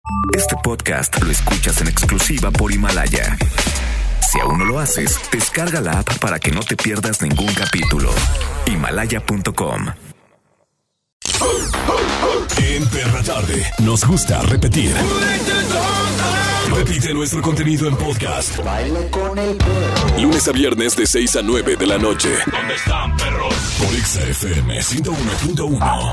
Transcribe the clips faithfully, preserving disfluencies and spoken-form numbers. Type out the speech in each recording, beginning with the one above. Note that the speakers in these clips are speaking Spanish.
Este podcast lo escuchas en exclusiva por Himalaya. Si aún no lo haces, descarga la app para que no te pierdas ningún capítulo. Himalaya punto com. En Perra Tarde nos gusta repetir. Repite nuestro contenido en podcast. Baila con el perro. Lunes a viernes de seis a nueve de la noche. ¿Dónde están, perros? Por X F M ciento uno punto uno.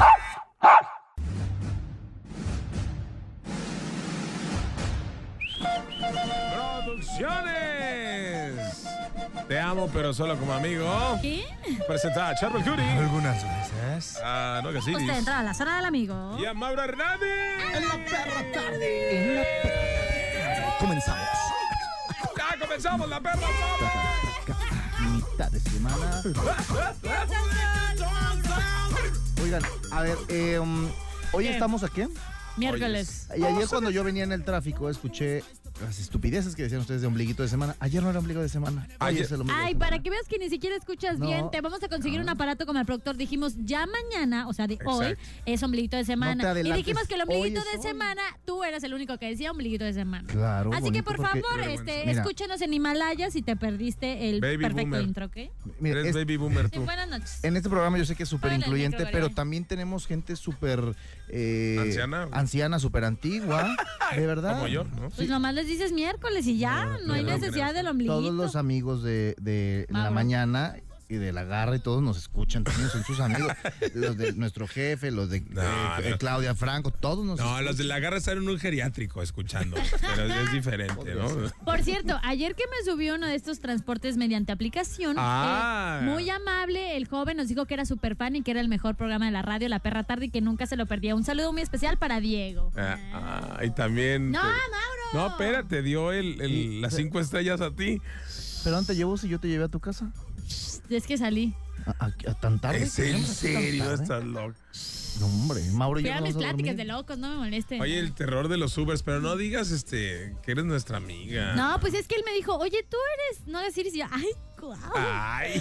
Producciones. Te amo, pero solo como amigo. ¿Qué? Presentada a Charbel Curry. Algunas veces. A Noga Ciris. Usted entra a la zona del amigo. Y a Mauro Hernández. En la perra tarde. En la perra tarde. Comenzamos. Ya comenzamos la perra tarde. Mitad de semana. Oigan, a ver, eh, um, hoy ¿Qué? estamos aquí. Miércoles. Y ayer cuando yo venía en el tráfico escuché las estupideces que decían ustedes de ombliguito de semana. Ayer no era ombligo de semana. Hoy Ayer- es el ombligo de Ay, semana. para que veas que ni siquiera escuchas No. bien, te vamos a conseguir un aparato como el productor. Dijimos, ya mañana, o sea, de hoy, Exacto. es ombliguito de No te semana. y adelantes, dijimos que el ombliguito hoy es de hoy. semana, tú eras el único que decía ombliguito de semana. Claro, Así que, bonito, por porque- favor, Qué este, Mira. escúchenos en Himalaya si te perdiste el Baby perfecto boomer. intro, ¿ok? Mira, Eres es- baby boomer Sí, tú. buenas noches. en este programa yo sé que es súper Ponle el incluyente, micro, pero Vale. también tenemos gente súper... Eh, Anciana. Anciana, súper antigua. De verdad. Como yo, ¿no? Pues nomás les dices miércoles y ya, no, hay no, necesidad no. del ombliguito. Todos los amigos de, de la Mauro. mañana y de la garra y todos nos escuchan, también son sus amigos. Los de nuestro jefe, los de No, eh, no. Claudia Franco, todos nos No, escuchan. los de la garra están en un geriátrico escuchando. Pero es diferente, ¿no? Por cierto, ayer que me subió uno de estos transportes mediante aplicación, Ah. eh, muy amable, el joven nos dijo que era súper fan y que era el mejor programa de la radio, La Perra Tarde, y que nunca se lo perdía. Un saludo muy especial para Diego. Ah, ah, y también. No, te- Mauro. No, espérate, dio el, el- las cinco estrellas a ti. ¿Pero dónde te llevo si yo te llevé a tu casa? Es que salí. ¿A, a- a tan tarde? ¿Es en ¿Hacemos así tan serio? tarde? Estás loco. No, hombre, Mauro y Fui yo a nos mis vamos a pláticas dormir. de locos, no me molesten. Oye, el terror de los Ubers, pero no digas este que eres nuestra amiga. No, pues es que él me dijo, oye, tú eres, no decir, y yo, ay, guau, Ay.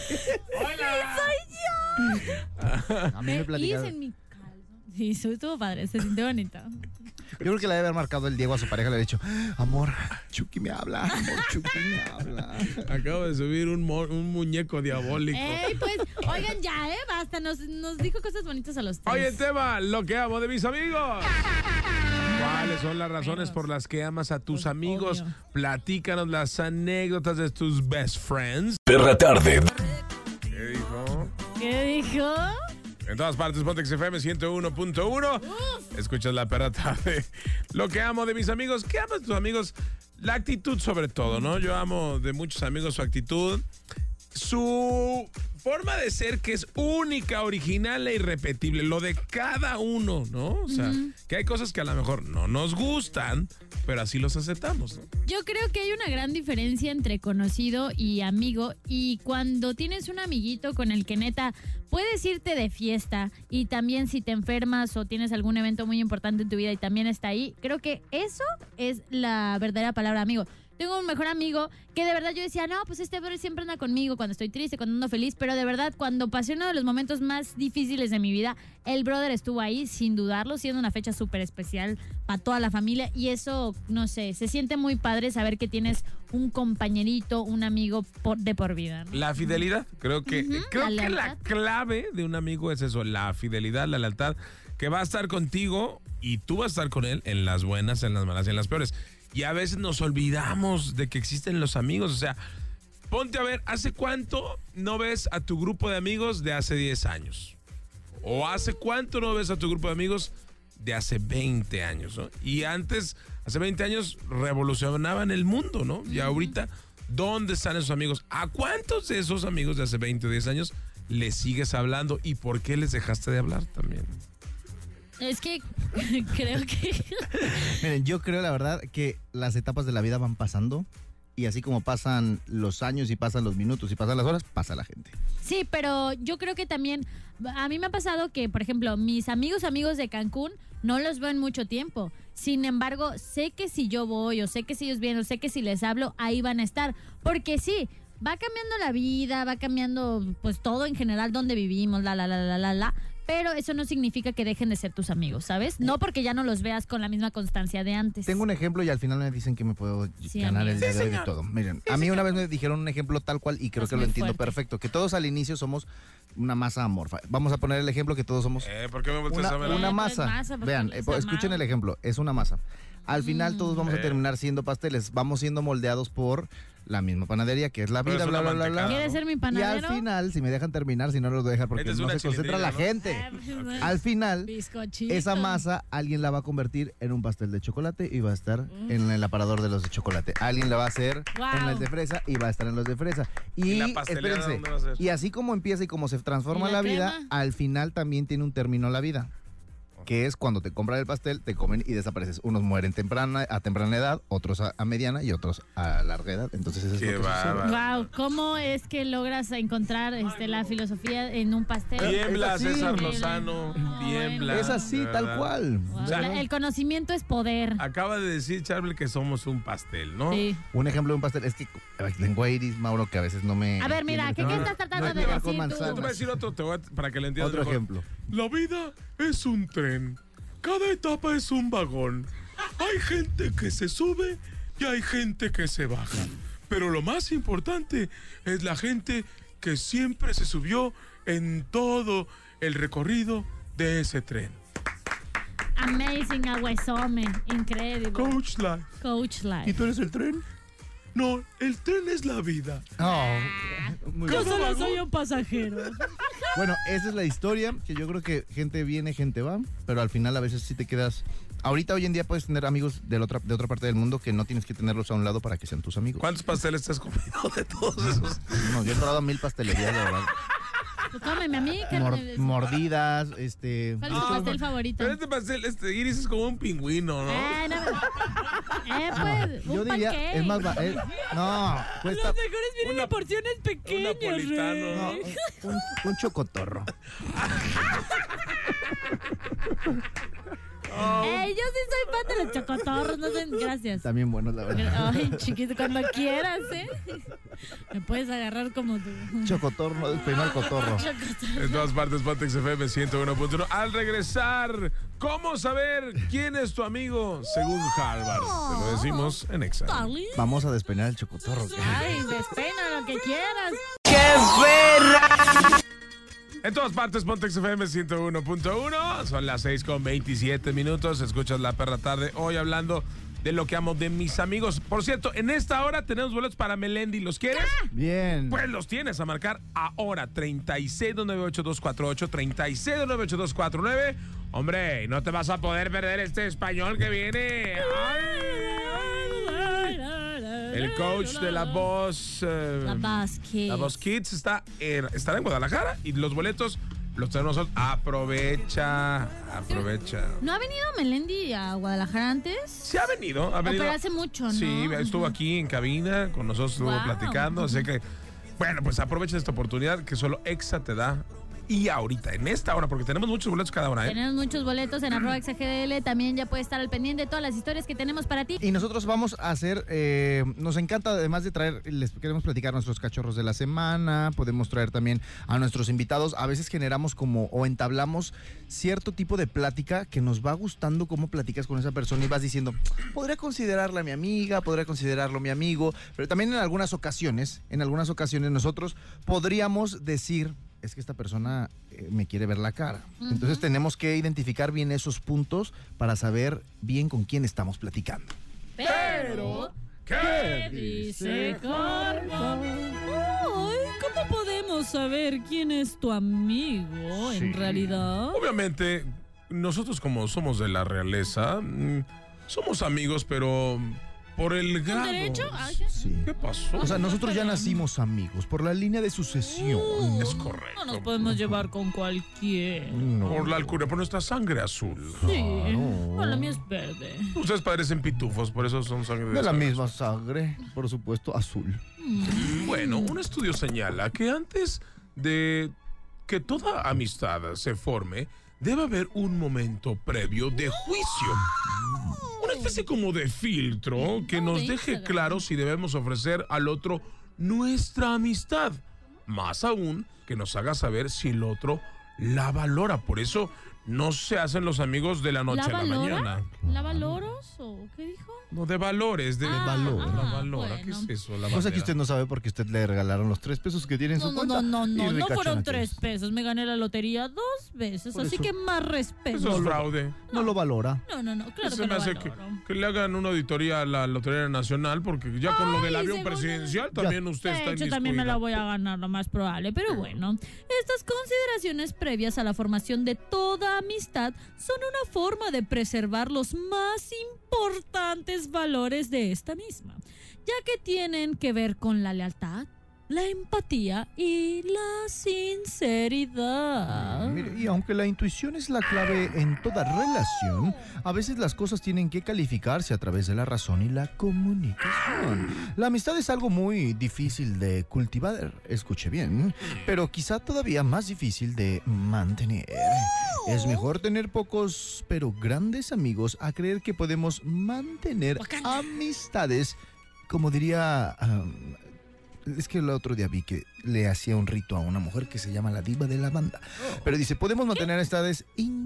soy yo. A mí me Me platicaron. hice en mi calzo. Sí, eso estuvo padre, se sintió bonito. Yo creo que le debe haber marcado el Diego a su pareja, le ha dicho, amor, Chucky me habla, amor, Chucky me habla. Acabo de subir un, mo- un muñeco diabólico. Ey, pues, oigan ya, ¿eh? Basta, nos, nos dijo cosas bonitas a los tres. Oye, tema, lo que amo de mis amigos. ¿Cuáles son las razones por las que amas a tus Pues, amigos? obvio. Platícanos las anécdotas de tus best friends. Perra Tarde. ¿Qué dijo? ¿Qué dijo? En todas partes, Ponte X F M ciento uno punto uno. Escuchas la perra tarde. Lo que amo de mis amigos. ¿Qué amas de tus amigos? La actitud sobre todo, ¿no? Yo amo de muchos amigos su actitud. Su forma de ser que es única, original e irrepetible. Lo de cada uno, ¿no? O sea, que hay cosas que a lo mejor no nos gustan, pero así los aceptamos, ¿no? Yo creo que hay una gran diferencia entre conocido y amigo, y cuando tienes un amiguito con el que neta puedes irte de fiesta, y también si te enfermas o tienes algún evento muy importante en tu vida y también está ahí, creo que eso es la verdadera palabra amigo. Tengo un mejor amigo que de verdad yo decía, no, pues este brother siempre anda conmigo cuando estoy triste, cuando ando feliz, pero de verdad cuando pasé uno de los momentos más difíciles de mi vida, el brother estuvo ahí sin dudarlo, siendo una fecha súper especial para toda la familia, y eso, no sé, se siente muy padre saber que tienes un compañerito, un amigo por- de por vida, ¿no? La fidelidad, creo que, Ujú, creo la que la lealtad. clave de un amigo es eso, la fidelidad, la lealtad, que va a estar contigo y tú vas a estar con él en las buenas, en las malas y en las peores. Y a veces nos olvidamos de que existen los amigos, o sea, ponte a ver, ¿hace cuánto no ves a tu grupo de amigos de hace diez años? ¿O hace cuánto no ves a tu grupo de amigos de hace veinte años, ¿no? Y antes, hace veinte años, revolucionaban el mundo, ¿no? Y ahorita, ¿dónde están esos amigos? ¿A cuántos de esos amigos de hace veinte o diez años les sigues hablando? ¿Y por qué les dejaste de hablar también? Es que creo que... Miren, yo creo la verdad que las etapas de la vida van pasando y así como pasan los años y pasan los minutos y pasan las horas, pasa la gente. Sí, pero yo creo que también, a mí me ha pasado que, por ejemplo, mis amigos amigos de Cancún no los veo en mucho tiempo. Sin embargo, sé que si yo voy o sé que si ellos vienen o sé que si les hablo, ahí van a estar. Porque sí, va cambiando la vida, va cambiando pues todo en general, donde vivimos, la, la, la, la, la, la. pero eso no significa que dejen de ser tus amigos, ¿sabes? No porque ya no los veas con la misma constancia de antes. Tengo un ejemplo y al final me dicen que me puedo Sí, ganar amigo. el día Sí, de hoy de señor. todo. Miren, a mí una vez me dijeron un ejemplo tal cual y creo Es que lo muy entiendo fuerte. perfecto, que todos al inicio somos una masa amorfa. Vamos a poner el ejemplo que todos somos Eh, ¿Por qué me volteas una, a ver? una Eh, masa. pues masa, porque Vean, les eh, pues, escuchen amaba. el ejemplo, es una masa. Al final Mm. todos vamos a Eh. terminar siendo pasteles, vamos siendo moldeados por la misma panadería, que es la Pero vida, es bla, una bla, bla, bla. mantecada, ¿Quieres ¿no? ser mi Y panadero? al final, si me dejan terminar, si no los voy a dejar porque Esta es no una se concentra la chilindrina, gente. Ah, pues, Al final, bizcochito. esa masa alguien la va a convertir en un pastel de chocolate y va a estar Mm. en el aparador de los de chocolate. Alguien la va a hacer Wow. en el de fresa y va a estar en los de fresa. Y, ¿Y la pasteleada espérense, dónde va a ser? y así como empieza y como se transforma ¿Y la la, vida, crema? al final también tiene un término la vida. Que es cuando te compran el pastel, te comen y desapareces. Unos mueren temprana, a temprana edad, otros a, a mediana y otros a larga edad. Entonces eso es Qué lo que sucede. bárbaro. Wow, ¿cómo es que logras encontrar este, la filosofía en un pastel? Tiembla, Es así. César Lozano. Tiembla. Es así, de tal verdad. cual. Wow, O sea, la- el conocimiento es poder. Acaba de decir Charlie que somos un pastel, ¿no? Sí. Un ejemplo de un pastel es que ay, tengo iris, Mauro, que a veces no me... A ver, mira, ¿qué, no, qué no, estás tratando no de explicar con decir Te voy a tú? manzanas. decir otro te voy a- para que lo entiendas Otro mejor. ejemplo. La vida es un tren. Cada etapa es un vagón. Hay gente que se sube y hay gente que se baja. Pero lo más importante es la gente que siempre se subió en todo el recorrido de ese tren. Amazing, Aguesome. Increíble. Coach Life. Coach Life. tú eres el tren? No, el tren es la vida. No. Muy bien. solo soy un pasajero. Bueno, esa es la historia, que yo creo que gente viene, gente va, pero al final a veces sí te quedas... Ahorita, hoy en día, puedes tener amigos de la otra, de otra parte del mundo que no tienes que tenerlos a un lado para que sean tus amigos. ¿Cuántos pasteles te has comido de todos esos? No, yo he entrado a mil pastelerías, la verdad. Pues cómeme a mí. que Mor- me- mordidas, este... ¿Cuál es tu pastel favorito? Pero este pastel, este Iris es como un pingüino, ¿no? Eh, no. Eh, pues, un Yo diría, pancake. es más... ba- eh, no, cuesta... mejores vienen Una- en porciones Un pequeñas, napolitano, No, Rey. un, un chocotorro. Eh, yo sí soy fan de los chocotorros, no sé, gracias. También buenos, la verdad. Ay, chiquito, cuando quieras, ¿eh? Me puedes agarrar como tú. Chocotorro, no despeinó al cotorro. En todas partes, Pontex F M ciento uno punto uno. Al regresar, ¿cómo saber quién es tu amigo según Harvard? Te lo decimos en Exa. Darling. Vamos a despeinar el chocotorro. ¿qué? Ay, despeina lo que quieras. En todas partes, Pontex F M ciento uno punto uno. Son las seis con veintisiete minutos. Escuchas La Perra Tarde. Hoy hablando de lo que amo de mis amigos. Por cierto, en esta hora tenemos boletos para Melendi. ¿Los quieres? Bien. Pues los tienes a marcar ahora. treinta y seis, nueve ocho dos cuatro ocho, treinta y seis, nueve ocho dos cuatro nueve. Hombre, no te vas a poder perder este español que viene. El coach de la voz... eh, La Voz Kids. La Voz Kids está en, estará en Guadalajara y los boletos los tenemos nosotros. Aprovecha, aprovecha. ¿No ha venido Melendi a Guadalajara antes? Sí ha venido, ha O venido. pero hace mucho, ¿no? Sí, estuvo aquí en cabina, con nosotros estuvo Wow. platicando, así que, bueno, pues aprovecha esta oportunidad que solo Exa te da. Y ahorita, en esta hora, porque tenemos muchos boletos cada hora, ¿eh? Tenemos muchos boletos en arroba exagdl. También ya puedes estar al pendiente de todas las historias que tenemos para ti. Y nosotros vamos a hacer, eh, nos encanta además de traer, les queremos platicar nuestros cachorros de la semana, podemos traer también a nuestros invitados, a veces generamos como o entablamos cierto tipo de plática que nos va gustando cómo platicas con esa persona y vas diciendo, podría considerarla mi amiga, podría considerarlo mi amigo, pero también en algunas ocasiones, en algunas ocasiones nosotros podríamos decir, es que esta persona eh, me quiere ver la cara. Ujú. Entonces tenemos que identificar bien esos puntos para saber bien con quién estamos platicando. Pero, ¿qué dice Carmen? Ay, ¿cómo podemos saber quién es tu amigo en realidad? Obviamente, nosotros como somos de la realeza, mm, somos amigos, pero por el grado. derecho? Ay, ya. Sí. ¿Qué pasó? O sea, nosotros ya nacimos amigos por la línea de sucesión. Es correcto. No nos podemos llevar con cualquiera. No. Por la alcura, por nuestra sangre azul. Sí, Claro. bueno, la mía es verde. Ustedes parecen pitufos, por eso son sangre de De la sangre misma sangre, por supuesto, azul. Bueno, un estudio señala que antes de que toda amistad se forme, debe haber un momento previo de juicio. Una especie como de filtro que Como nos de deje Instagram. claro si debemos ofrecer al otro nuestra amistad. Más aún, que nos haga saber si el otro la valora. Por eso no se hacen los amigos de la noche ¿La a la valora? mañana. ¿La valoros o qué dijo? No, de valores, de Ah, valor. ah, La valora, bueno. ¿qué es eso? La Cosa bandera? que usted no sabe porque usted le regalaron los tres pesos que tiene en No, su no, cuenta. no, no, y no, no ricachona fueron que tres es. pesos. Me gané la lotería dos veces, Por así eso- que más respeto. Eso es fraude. No lo valora. No, no, no, claro Se que me lo hace que, valoro. que le hagan una auditoría a la Lotería Nacional, porque ya con lo del Ay, avión seguro. presidencial también usted está De hecho, también me la inmiscuida. voy a ganar, lo más probable. Pero bueno, estas consideraciones previas a la formación de toda amistad son una forma de preservar los más importantes valores de esta misma, ya que tienen que ver con la lealtad, la empatía y la sinceridad. Mire, y aunque la intuición es la clave en toda relación, a veces las cosas tienen que calificarse a través de la razón y la comunicación. La amistad es algo muy difícil de cultivar, escuche bien, pero quizá todavía más difícil de mantener. Es mejor tener pocos pero grandes amigos a creer que podemos mantener Bacana. amistades, como diría... um, es que el otro día vi que le hacía un rito a una mujer que se llama la diva de la banda. Pero dice, podemos mantener amistades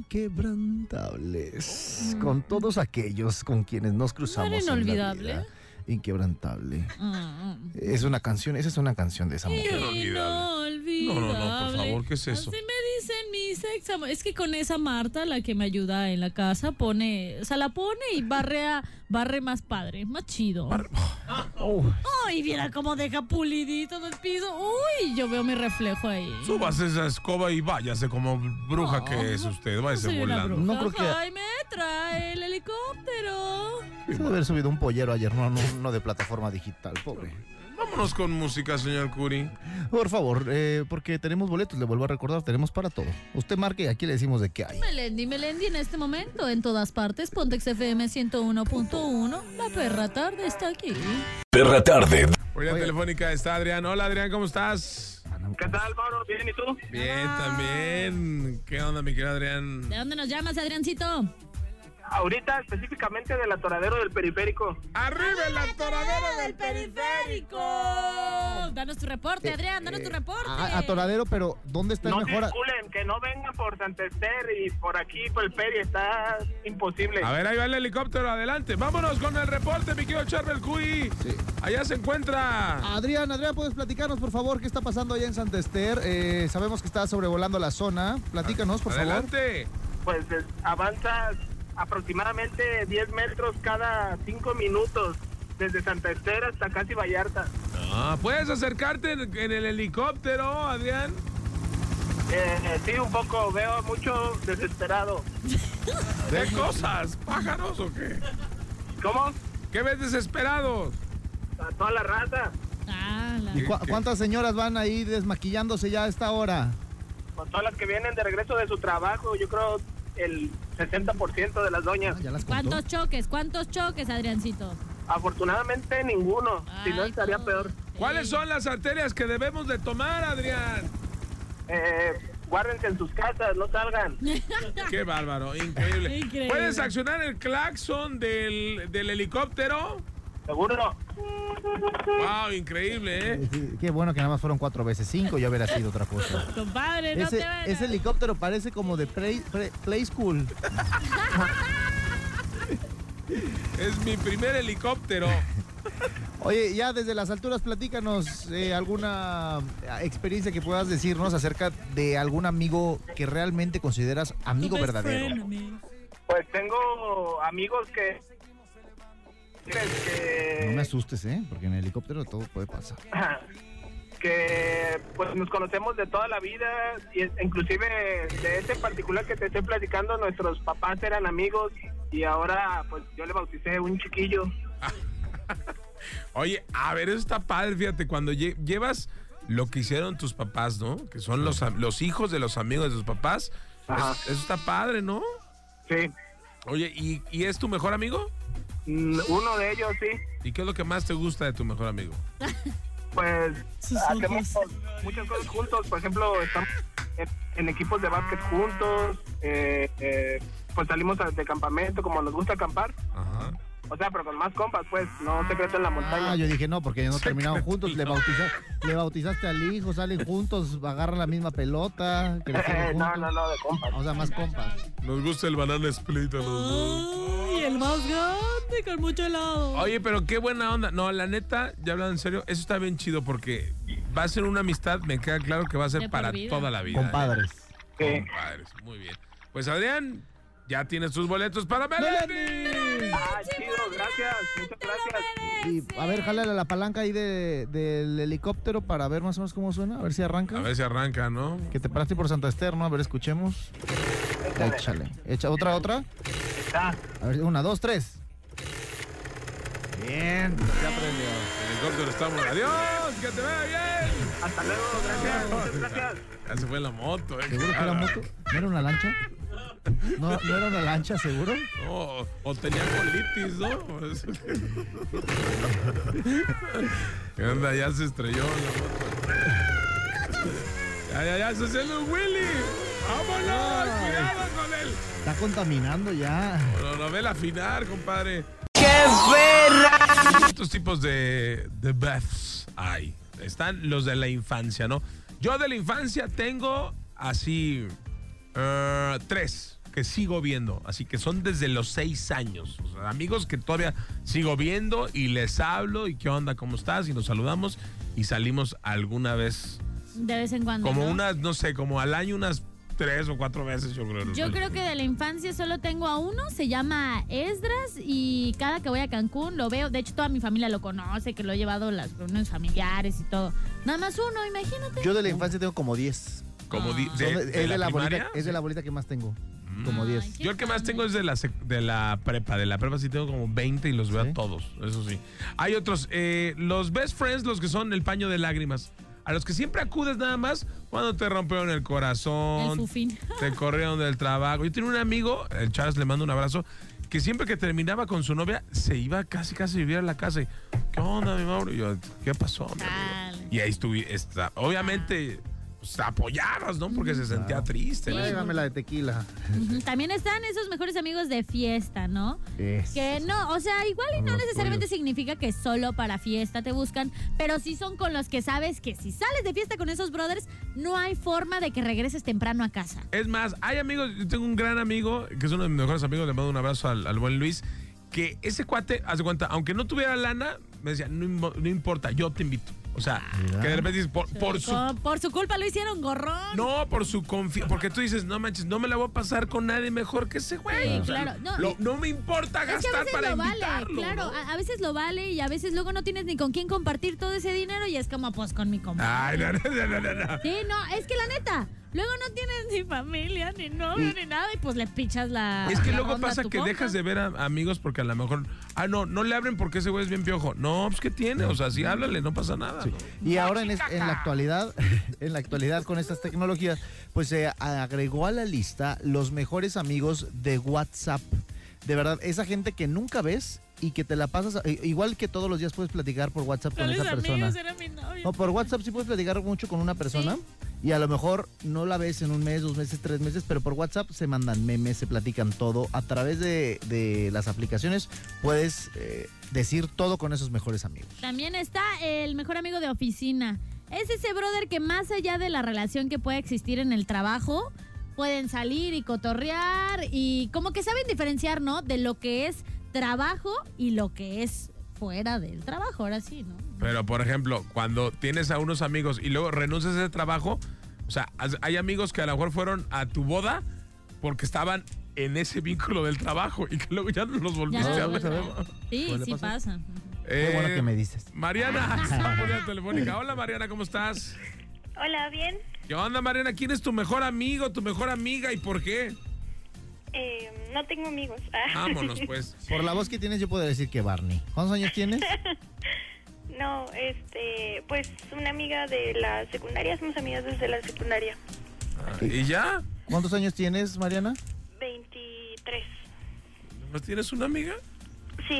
inquebrantables con todos aquellos con quienes nos cruzamos ¿No era en la inolvidable? vida. Inquebrantable. Mm. Es una canción, esa es una canción de esa mujer. Inolvidable. No, no, no, por favor, ¿qué es eso? Así me dicen mis ex amor- Es que con esa Marta, la que me ayuda en la casa, pone, o sea, la pone y barre, a- barre más padre, más chido. Oh, Ay, mira cómo deja pulidito el piso. Uy, yo veo mi reflejo ahí. Subas esa escoba y váyase como bruja No, que es usted. No Váyase soy una volando. bruja. No creo que- Ay, me trae el helicóptero. se debe haber subido un pollero ayer, no, no, no de plataforma digital, pobre. Vámonos con música, señor Curi. Por favor, eh, porque tenemos boletos, le vuelvo a recordar, tenemos para todo. Usted marque y aquí le decimos de qué hay. Melendi, Melendi en este momento, en todas partes, Pontex F M ciento uno punto uno. La perra tarde está aquí. Perra tarde. Hoy en Oye. telefónica está Adrián. Hola, Adrián, ¿cómo estás? ¿Qué tal, Mauro? ¿Bien y tú? Bien, también. ¿Qué onda, mi querido Adrián? ¿De dónde nos llamas, Adriancito? Ahorita específicamente del atoradero del periférico. ¡Arriba el atoradero del periférico! Danos tu reporte, Adrián, danos tu reporte. A- atoradero, pero ¿dónde está el No mejor? a- circulen, que no vengan por Santester y por aquí, por el Peri, está imposible. A ver, ahí va el helicóptero, adelante. Vámonos con el reporte, mi querido Charbel Cuy. Sí. Allá se encuentra. Adrián, Adrián, ¿puedes platicarnos, por favor, qué está pasando allá en Santester? Eh, sabemos que está sobrevolando la zona. Platícanos, por favor. Adelante. Pues eh, avanza aproximadamente diez metros cada cinco minutos, desde Santester hasta casi Vallarta. Ah, ¿puedes acercarte en, en el helicóptero, Adrián? Eh, eh, sí, un poco, veo mucho desesperado. ¿Qué cosas? ¿Pájaros o qué? ¿Cómo? ¿Qué ves desesperados? A toda la raza, Ah, la- ¿Y cu- ¿Qué? cuántas señoras van ahí desmaquillándose ya a esta hora? con todas las que vienen de regreso de su trabajo, yo creo el sesenta por ciento de las doñas. Ah, ¿ya las contó? ¿Cuántos choques? ¿Cuántos choques, Adriancito? Afortunadamente ninguno, si no Ay, estaría no. peor. ¿Cuáles son las arterias que debemos de tomar, Adrián? Eh, guárdense en sus casas, no salgan. Qué bárbaro, increíble. Increíble. ¿Puedes accionar el claxon del, del helicóptero? Seguro. Wow, increíble, ¿eh? Eh, Qué bueno que nada más fueron cuatro veces. Cinco ya hubiera sido otra cosa. Compadre, no Ese, te vayas. ese helicóptero parece como de play, play- play school. Es mi primer helicóptero. Oye, ya desde las alturas, platícanos eh, alguna experiencia que puedas decirnos acerca de algún amigo que realmente consideras amigo Tu best verdadero. friend, amigo. Pues tengo amigos que... que No me asustes, ¿eh? Porque en el helicóptero todo puede pasar. que pues nos conocemos de toda la vida y es- inclusive de ese en particular que te estoy platicando, nuestros papás eran amigos y ahora pues yo le bauticé un chiquillo. Oye, a ver, eso está padre, fíjate, cuando lle- llevas lo que hicieron tus papás, ¿no? Que son los, am- los hijos de los amigos de tus papás. Ajá. Eso, eso está padre, ¿no? Sí, Oye, ¿y, y es tu mejor amigo? Mm, uno de ellos sí, ¿Y qué es lo que más te gusta de tu mejor amigo? pues Sus hacemos ojos. muchas cosas juntos, por ejemplo estamos en, en equipos de básquet juntos, eh, eh, pues salimos a- de campamento como nos gusta acampar Ajá. O sea, pero con más compas, pues, no secreto en la montaña. Ah, yo dije no, porque no terminaron juntos. Le, bautiza, le bautizaste al hijo, salen juntos, agarran la misma pelota. crecieron no, juntos. no, no, de compas. O sea, más compas. Nos gusta el banana split a los dos. Ay, el más grande con mucho helado. Oye, pero qué buena onda. No, la neta, ya hablando en serio, eso está bien chido porque va a ser una amistad, me queda claro que va a ser De por para vida. toda la vida. Compadres. ¿eh? Compadres, muy bien. Pues Adrián, ya tienes tus boletos para Melanie. Ah, chido, gracias, muchas gracias. Y a ver, jálale la palanca ahí de, del helicóptero para ver más o menos cómo suena, a ver si arranca. A ver si arranca, ¿no? Que te paraste por Santa Esther, ¿no? A ver, escuchemos. Échale. Echa otra, otra. Ah, A ver, una, dos, tres. Bien, ya aprendió. El helicóptero está muy... ¡Adiós! ¡Que te vea bien! hasta luego, gracias, muchas gracias. Ya se fue la moto, ¿eh? ¿Seguro que era moto? ¿No era una lancha? ¿No, ¿no era una lancha, seguro? No, o tenía colitis, ¿no? ¿Qué onda? Ya se estrelló la moto. Ya, ya, ya, se haciendo un Willy. ¡Vámonos! Ay. ¡Cuidado con él! Está contaminando ya. No, no, vela afinar, compadre. ¡Qué verra! ¿Cuántos tipos de, de Beths hay? Están los de la infancia, ¿no? Yo de la infancia tengo así uh, tres que sigo viendo, así que son desde los seis años. O sea, amigos que todavía sigo viendo y les hablo y qué onda, cómo estás y nos saludamos y salimos alguna vez. De vez en cuando. Como ¿no? unas, no sé, como al año unas tres o cuatro veces, yo creo. Yo creo que de la infancia solo tengo a uno, se llama Esdras y cada que voy a Cancún lo veo. De hecho, toda mi familia lo conoce, que lo he llevado a las reuniones familiares y todo. Nada más uno, imagínate. Yo de la infancia tengo como diez. Como di- Ah. de, Son- de es, la de la bolita, primaria. es de la bolita que más tengo. Como Ay, diez. qué Yo el que más padre. tengo es de la, sec- de la prepa. De la prepa sí tengo como veinte y los veo ¿Sí? a todos, eso sí. Hay otros, eh, los best friends, los que son el paño de lágrimas. A los que siempre acudes nada más cuando te rompieron el El corazón, fufín. te corrieron del trabajo. Yo tenía un amigo, el Charles, le mando un abrazo, que siempre que terminaba con su novia, se iba casi casi a vivir a la casa. Y, ¿qué onda, mi Mauro? Y yo, ¿qué pasó, mi amigo? Dale. Y ahí estuve, está, obviamente, pues, apoyabas, ¿no? Porque se sentía triste. ¿no? Dame la de tequila. Ujú. También están esos mejores amigos de fiesta, ¿no? Es. Que no, o sea, igual y no Los necesariamente tuyos. significa que solo para fiesta te buscan, pero sí son con los que sabes que si sales de fiesta con esos brothers, no hay forma de que regreses temprano a casa. Es más, hay amigos, yo tengo un gran amigo, que es uno de mis mejores amigos, le mando un abrazo al, al buen Luis, que ese cuate, haz de cuenta, aunque no tuviera lana, me decía, no, im- no importa, yo te invito. O sea, Mira. que de repente dices, por, por su... Por, por su culpa lo hicieron gorrón. No, por su confianza, porque tú dices, no manches, no me la voy a pasar con nadie mejor que ese güey. Sí, O sea, claro. No, lo- no me importa Es que a gastar veces para lo vale, invitarlo. claro, ¿no? a, a veces lo vale y a veces luego no tienes ni con quién compartir todo ese dinero y es como pues con mi compadre. Ay, no, no, no, no, no. Sí, no, es que la neta, luego no tienes ni familia, ni novio, ni nada y pues le pichas la Es que la luego ronda a pasa tu que compa. dejas de ver a amigos porque a lo mejor, ah, no, no le abren porque ese güey es bien piojo. No, pues ¿qué tiene? O sea, sí, háblale, no pasa nada. ¿no? Y ahora en, es- en la actualidad, en la actualidad con estas tecnologías, pues se agregó a la lista los mejores amigos de WhatsApp. De verdad, esa gente que nunca ves y que te la pasas, i- igual que todos los días puedes platicar por WhatsApp con ¿Cuáles esa persona. amigos? Era mi novio. No, por WhatsApp sí puedes platicar mucho con una persona y a lo mejor no la ves en un mes, dos meses, tres meses, pero por WhatsApp se mandan memes, se platican todo. A través de, de las aplicaciones puedes eh, decir todo con esos mejores amigos. También está el mejor amigo de oficina. Es ese brother que más allá de la relación que puede existir en el trabajo, pueden salir y cotorrear y como que saben diferenciar, ¿no? De lo que es trabajo y lo que es fuera del trabajo, ahora sí, ¿no? Pero, por ejemplo, cuando tienes a unos amigos y luego renuncias a ese trabajo, o sea, has- hay amigos que a lo mejor fueron a tu boda porque estaban en ese vínculo del trabajo y que luego ya no los Ya volviste no a lo ver. vuelve a ver. Sí, ¿Suele sí pasar? pasa. Qué bueno que me dices. Mariana, está por la telefónica. Hola, Mariana, ¿cómo estás? Hola, bien. ¿Qué onda, Mariana? ¿Quién es tu mejor amigo, tu mejor amiga y por qué? Eh, no tengo amigos. Ah. Vámonos, pues. Por la voz que tienes yo puedo decir que Barney. ¿Cuántos años tienes? No, este, pues una amiga de la secundaria, somos amigas desde la secundaria. Ah, ¿Y ya? ¿Cuántos años tienes, Mariana? veintitrés. ¿No tienes una amiga? Sí.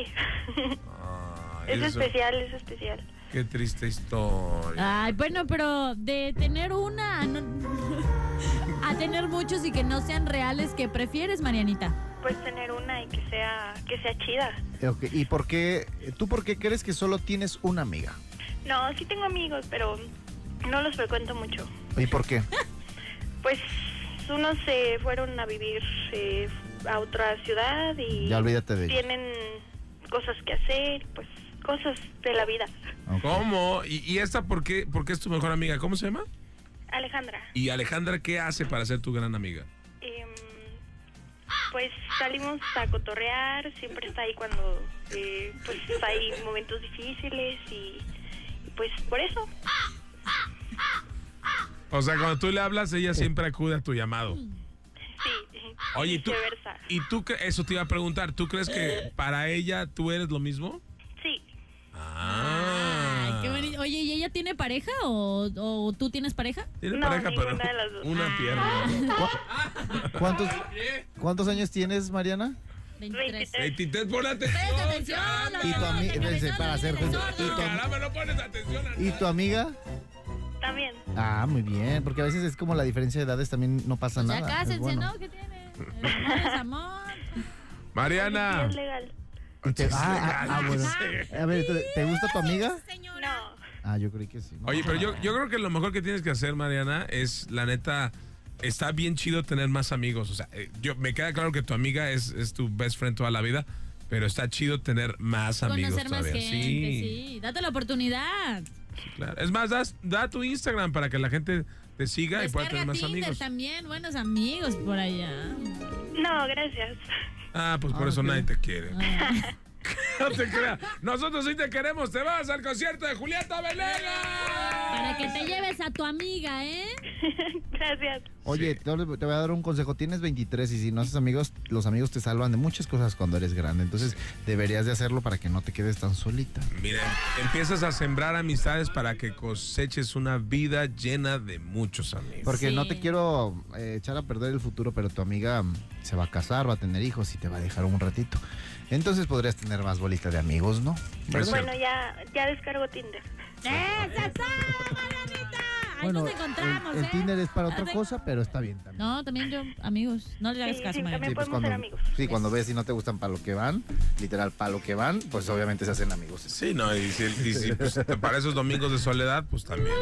Ah, Es eso- especial, es especial. Qué triste historia. Ay, bueno, pero de tener una a, no- a tener muchos y que no sean reales, ¿qué prefieres, Marianita? Pues tener una y que sea, que sea chida. Okay. ¿Y por qué, tú por qué crees que solo tienes una amiga? No, sí tengo amigos, pero no los frecuento mucho. ¿Y por qué? Pues unos se fueron a vivir eh, a otra ciudad y ya olvídate de ellos. Tienen cosas que hacer, pues cosas de la vida. Okay. ¿Cómo? ¿Y, y esta por qué, por qué es tu mejor amiga? ¿Cómo se llama? Alejandra. ¿Y Alejandra qué hace para ser tu gran amiga? Eh, pues salimos a cotorrear, siempre está ahí cuando eh, pues hay momentos difíciles y, y pues por eso. O sea, cuando tú le hablas, ella siempre acude a tu llamado. Sí. Oye, ¿y tú, viceversa. ¿y tú eso te iba a preguntar? ¿Tú crees que para ella tú eres lo mismo? Sí. Ah. Ay, qué bonito. Oye, ¿y ella tiene pareja o, o tú tienes pareja? Tiene No, pareja, pero ninguna de las dos. una pierna. ¿Cu- ¿Cuántos, ¿Cuántos años tienes, Mariana? veintitrés. veintitrés, pon atención. Presta atención. Y tu ami- Presta atención, para hacer presta juicio. atención. Y tu am- Caramba, no pones atención. a ¿Y nada. tu amiga? También. Ah, muy bien, porque a veces es como la diferencia de edades también no pasa Ya nada. es cásense, bueno. ¿no? ¿Qué tiene? El amor es amor. Mariana. Sí, es legal. Y te- ah, ah, ah, bueno. Sí. A ver, ¿te, te gusta tu amiga? No. Ah, yo creí que sí. ¿no? Oye, pero yo, yo creo que lo mejor que tienes que hacer, Mariana, es, la neta, está bien chido tener más amigos. O sea, eh, yo me queda claro que tu amiga es, es tu best friend toda la vida, pero está chido tener más amigos Conocer más todavía. gente, sí, sí. Date la oportunidad. sí, claro. Es más, das- da tu Instagram para que la gente te siga y pueda tener Descarga más Tinder amigos. también, buenos amigos por allá. No, gracias. Ah, pues por Ah, eso ok. nadie te quiere. Ah. No te creas. Nosotros sí te queremos. Te vas al concierto de Julieta Venegas. Para que te lleves a tu amiga, ¿eh? Gracias. Oye, te voy a dar un consejo. Tienes veintitrés y si no haces amigos, los amigos te salvan de muchas cosas cuando eres grande. Entonces, deberías de hacerlo para que no te quedes tan solita. Miren, empiezas a sembrar amistades para que coseches una vida llena de muchos amigos. Porque Sí. no te quiero eh, echar a perder el futuro, pero tu amiga mm, se va a casar, va a tener hijos y te va a dejar un ratito. Entonces podrías tener más bolita de amigos, ¿no? Es Bueno, ya, ya descargo Tinder. ¡Esa está, Marianita! Ahí Bueno, nos encontramos, el, el ¿eh? Tinder es para otra Haz de- cosa, pero está bien también. No, también yo, amigos. No le hagas Sí, caso, sí, Marianita. también Sí, pues podemos ser cuando, amigos. sí, cuando ves y no te gustan para lo que van, literal para lo que van, pues obviamente se hacen amigos. Sí, no, y si, y si, pues, para esos domingos de soledad, pues también.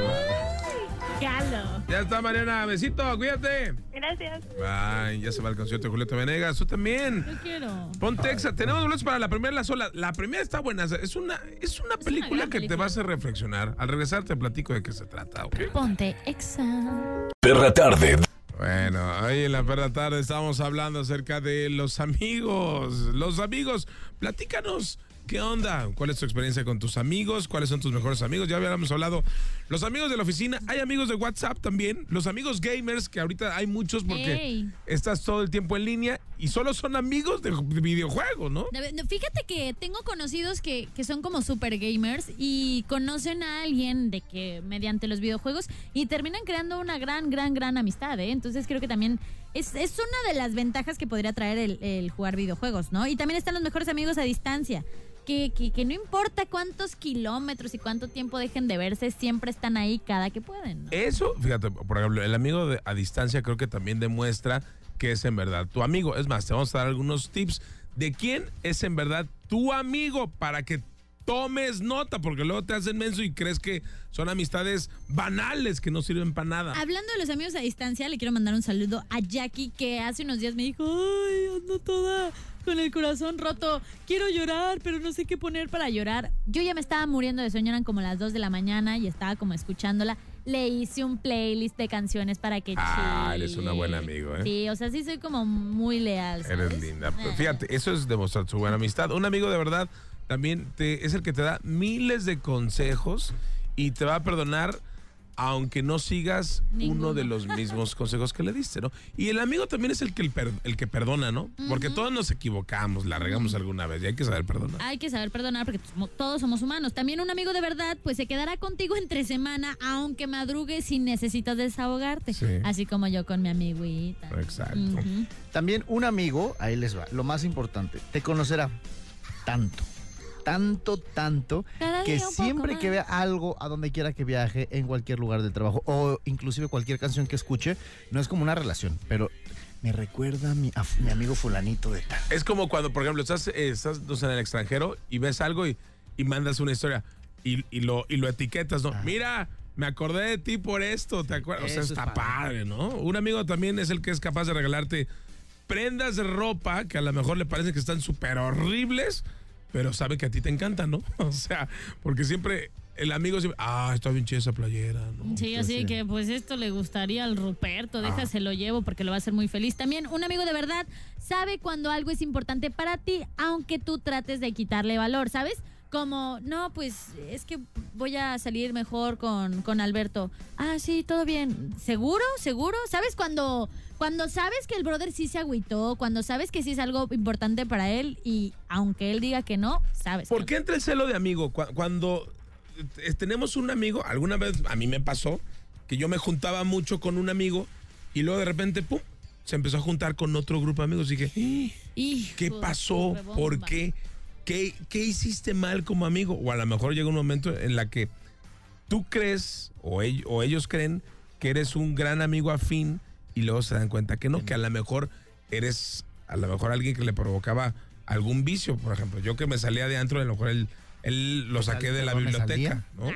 Galo. Ya está, Mariana. Besito, cuídate. Gracias. Ay, ya se va el concierto de Julieta Venegas. Tú también. Yo quiero. Ponte Exa. Tenemos boletos para la primera La Sola. La primera está buena. Es una, es una película gran que te película. va a hacer reflexionar. Al regresar te platico de qué se trata, ¿ok? Ponte exa. Perra tarde. Bueno, hoy en la perra tarde estamos hablando acerca de los amigos. Los amigos, platícanos. ¿Qué onda? ¿Cuál es tu experiencia con tus amigos? ¿Cuáles son tus mejores amigos? Ya habíamos hablado. Los amigos de la oficina, hay amigos de WhatsApp también. Los amigos gamers, que ahorita hay muchos porque Ey. estás todo el tiempo en línea y solo son amigos de videojuegos, ¿no? De- no, Fíjate que tengo conocidos que, que son como super gamers y conocen a alguien de que mediante los videojuegos y terminan creando una gran, gran, gran amistad, ¿eh? Entonces creo que también es, es una de las ventajas que podría traer el, el jugar videojuegos, ¿no? Y también están los mejores amigos a distancia. Que, que, que no importa cuántos kilómetros y cuánto tiempo dejen de verse, siempre están ahí cada que pueden, ¿no? Eso, fíjate, por ejemplo, el amigo de, a distancia creo que también demuestra que es en verdad tu amigo. Es más, te vamos a dar algunos tips de quién es en verdad tu amigo para que tomes nota, porque luego te hacen menso y crees que son amistades banales que no sirven para nada. Hablando de los amigos a distancia, le quiero mandar un saludo a Jackie, que hace unos días me dijo, ay, ando toda con el corazón roto, quiero llorar, pero no sé qué poner para llorar. Yo ya me estaba muriendo de sueño, eran como las dos de la mañana y estaba como escuchándola. Le hice un playlist de canciones para que Ah, chille. eres una buena amigo, ¿eh? Sí, o sea, sí soy como muy leal, ¿sabes? Eres linda. Pero Eh. fíjate, eso es demostrar su buena amistad. Un amigo de verdad también te, es el que te da miles de consejos y te va a perdonar aunque no sigas Ninguno. uno de los mismos consejos que le diste, ¿no? Y el amigo también es el que, el, per- el que perdona, ¿no? Porque todos nos equivocamos, la regamos alguna vez y hay que saber perdonar. Hay que saber perdonar porque tomo- todos somos humanos. También un amigo de verdad, pues se quedará contigo entre semana, aunque madrugues si necesitas desahogarte. Sí. Así como yo con mi amiguita. Exacto. Ujú. También un amigo, ahí les va, lo más importante, te conocerá tanto, tanto, tanto, Cada que día un poco siempre que más. vea algo a donde quiera que viaje, en cualquier lugar del trabajo, o inclusive cualquier canción que escuche, no es como una relación, pero me recuerda a mi, a mi amigo fulanito de tal. Es como cuando, por ejemplo, estás, eh, estás no sé, en el extranjero y ves algo y, y mandas una historia y, y, lo, y lo etiquetas, ¿no? Ah. Mira, me acordé de ti por esto, ¿te acuerdas? Eso o sea, está padre. padre, ¿no? Un amigo también es el que es capaz de regalarte prendas de ropa que a lo mejor le parecen que están súper horribles, pero sabe que a ti te encantan, ¿no? O sea, porque siempre el amigo siempre, ah, está bien chida esa playera, ¿no? Sí, así sí. que pues esto le gustaría al Ruperto, déjaselo ah. llevo porque lo va a hacer muy feliz. También un amigo de verdad sabe cuando algo es importante para ti, aunque tú trates de quitarle valor, ¿sabes? Como, no, pues es que voy a salir mejor con, con Alberto. Ah, sí, todo bien. ¿Seguro? ¿Seguro? ¿Sabes cuando, cuando sabes que el brother sí se agüitó? Cuando sabes que sí es algo importante para él y aunque él diga que no, sabes. ¿Por qué entra el celo de amigo? Cuando tenemos un amigo, alguna vez a mí me pasó que yo me juntaba mucho con un amigo y luego de repente, pum, se empezó a juntar con otro grupo de amigos. Y dije, Hijo, ¿qué pasó? ¿Por qué? ¿Qué, ¿Qué hiciste mal como amigo? O a lo mejor llega un momento en la que tú crees o, ellos, o ellos creen que eres un gran amigo afín y luego se dan cuenta que no, que a lo mejor eres a lo mejor alguien que le provocaba algún vicio. Por ejemplo, yo que me salía de antro, a lo mejor él, él lo saqué de la biblioteca, ¿no?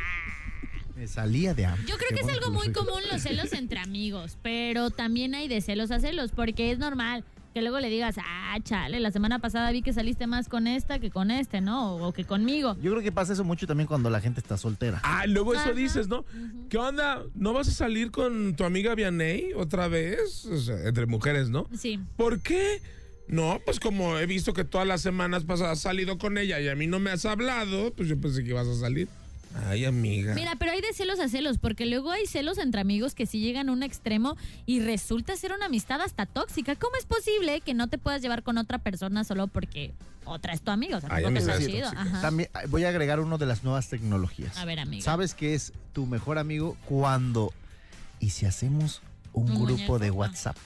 Me salía de antro. Yo creo que es algo muy común los celos entre amigos, pero también hay de celos a celos, porque es normal que luego le digas, ah, chale, la semana pasada vi que saliste más con esta que con este, ¿no? O, o que conmigo. Yo creo que pasa eso mucho también cuando la gente está soltera. Ah, luego eso Ajá. dices, ¿no? Uh-huh. ¿Qué onda? ¿No vas a salir con tu amiga Vianey otra vez? O sea, entre mujeres, ¿no? Sí. ¿Por qué? No, pues como he visto que todas las semanas pasadas has salido con ella y a mí no me has hablado, pues yo pensé que ibas a salir. Ay, amiga. Mira, pero hay de celos a celos, porque luego hay celos entre amigos que sí llegan a un extremo y resulta ser una amistad hasta tóxica. ¿Cómo es posible que no te puedas llevar con otra persona solo porque otra es tu amigo? O sea, Ay, tampoco es chido. También voy a agregar uno de las nuevas tecnologías. A ver, amiga. ¿Sabes qué es tu mejor amigo cuando y si hacemos un, un grupo muñeco, de WhatsApp?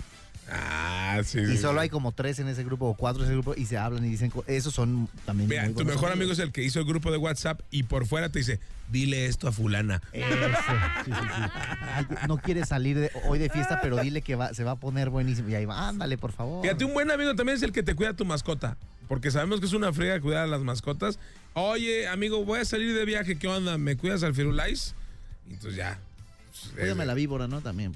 Ah, sí. Y sí, solo sí. hay como tres en ese grupo o cuatro en ese grupo y se hablan y dicen, esos son también. Mira, tu mejor amigos. amigo es el que hizo el grupo de WhatsApp y por fuera te dice, dile esto a fulana. Eso, sí, sí, sí. Ay, no quiere salir de, hoy de fiesta, pero dile que va, se va a poner buenísimo. Y ahí va, ándale, por favor. Fíjate, un buen amigo también es el que te cuida tu mascota. Porque sabemos que es una friega cuidar a las mascotas. Oye, amigo, voy a salir de viaje, ¿qué onda? ¿Me cuidas al Firulais? Y entonces ya. Cuídame la víbora, ¿no? También.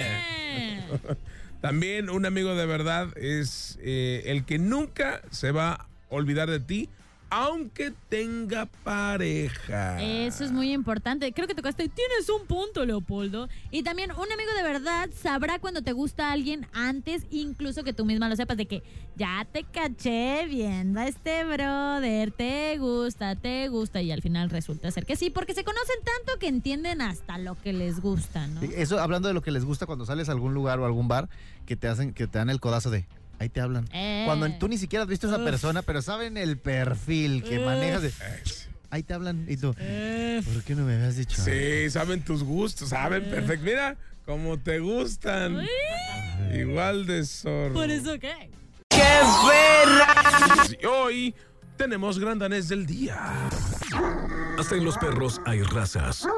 También un amigo de verdad es eh, el que nunca se va a olvidar de ti, aunque tenga pareja. Eso es muy importante. Creo que tocaste, tienes un punto, Leopoldo. Y también un amigo de verdad sabrá cuando te gusta alguien antes, incluso que tú misma lo sepas, de que ya te caché viendo a este brother, te gusta, te gusta, y al final resulta ser que sí, porque se conocen tanto que entienden hasta lo que les gusta, ¿no? Eso, hablando de lo que les gusta, cuando sales a algún lugar o algún bar, que te hacen, que te dan el codazo de... Ahí te hablan. Eh. Cuando tú ni siquiera has visto a esa Uf. persona, pero saben el perfil que Uf. manejas. De, ahí te hablan y tú, Uf. ¿por qué no me habías dicho? Sí, saben tus gustos, saben Eh. perfecto. Mira, como te gustan. Uy. Igual de zorro. ¿Por eso qué? ¡Qué perra! Y hoy tenemos gran danés del día. Hasta en los perros hay razas.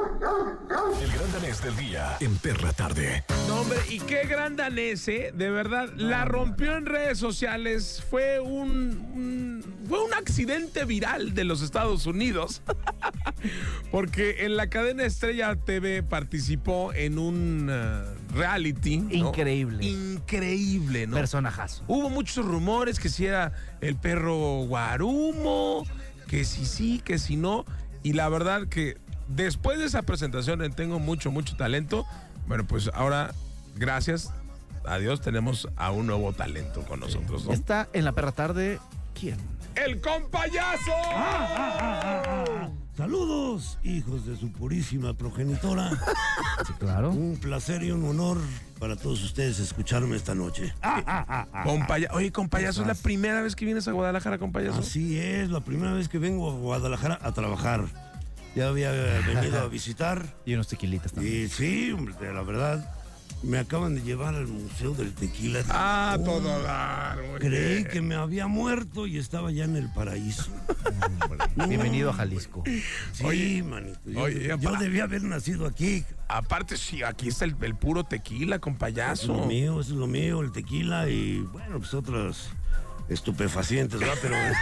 El gran danés del día en Perra Tarde. No, hombre, y qué gran danés, ¿eh? De verdad, la rompió en redes sociales. Fue un, un fue un accidente viral de los Estados Unidos. Porque en la cadena Estrella T V participó en un uh, reality, ¿no? Increíble. Increíble, ¿no? Personajazo. Hubo muchos rumores que si era el perro Guarumo, que si sí, que si no. Y la verdad que después de esa presentación en Tengo Mucho, Mucho Talento, bueno, pues ahora, gracias a Dios, tenemos a un nuevo talento con nosotros, ¿no? Está en la Perra Tarde, ¿quién? ¡El Compayazo! Ah, ah, ah, ah, ah. Saludos, hijos de su purísima progenitora. Sí, claro. Un placer y un honor para todos ustedes escucharme esta noche. Ah, ah, ah, ah, Compaya- Oye, Compayazo, ¿es la primera vez que vienes a Guadalajara, Compayazo? Así es, la primera vez que vengo a Guadalajara a trabajar. Ya había venido a visitar. Y unos tequilitas también. Y sí, hombre, la verdad, me acaban de llevar al Museo del Tequila. Ah, Oh, todo dar, muy Creí bien. que me había muerto y estaba ya en el paraíso. Bienvenido a Jalisco. Sí, Oye, manito. Yo, oye, yo para- debía haber nacido aquí. Aparte, sí, aquí está el, el puro tequila con Eso es payaso. lo mío, eso es lo mío, el tequila y, bueno, pues otras estupefacientes, ¿verdad?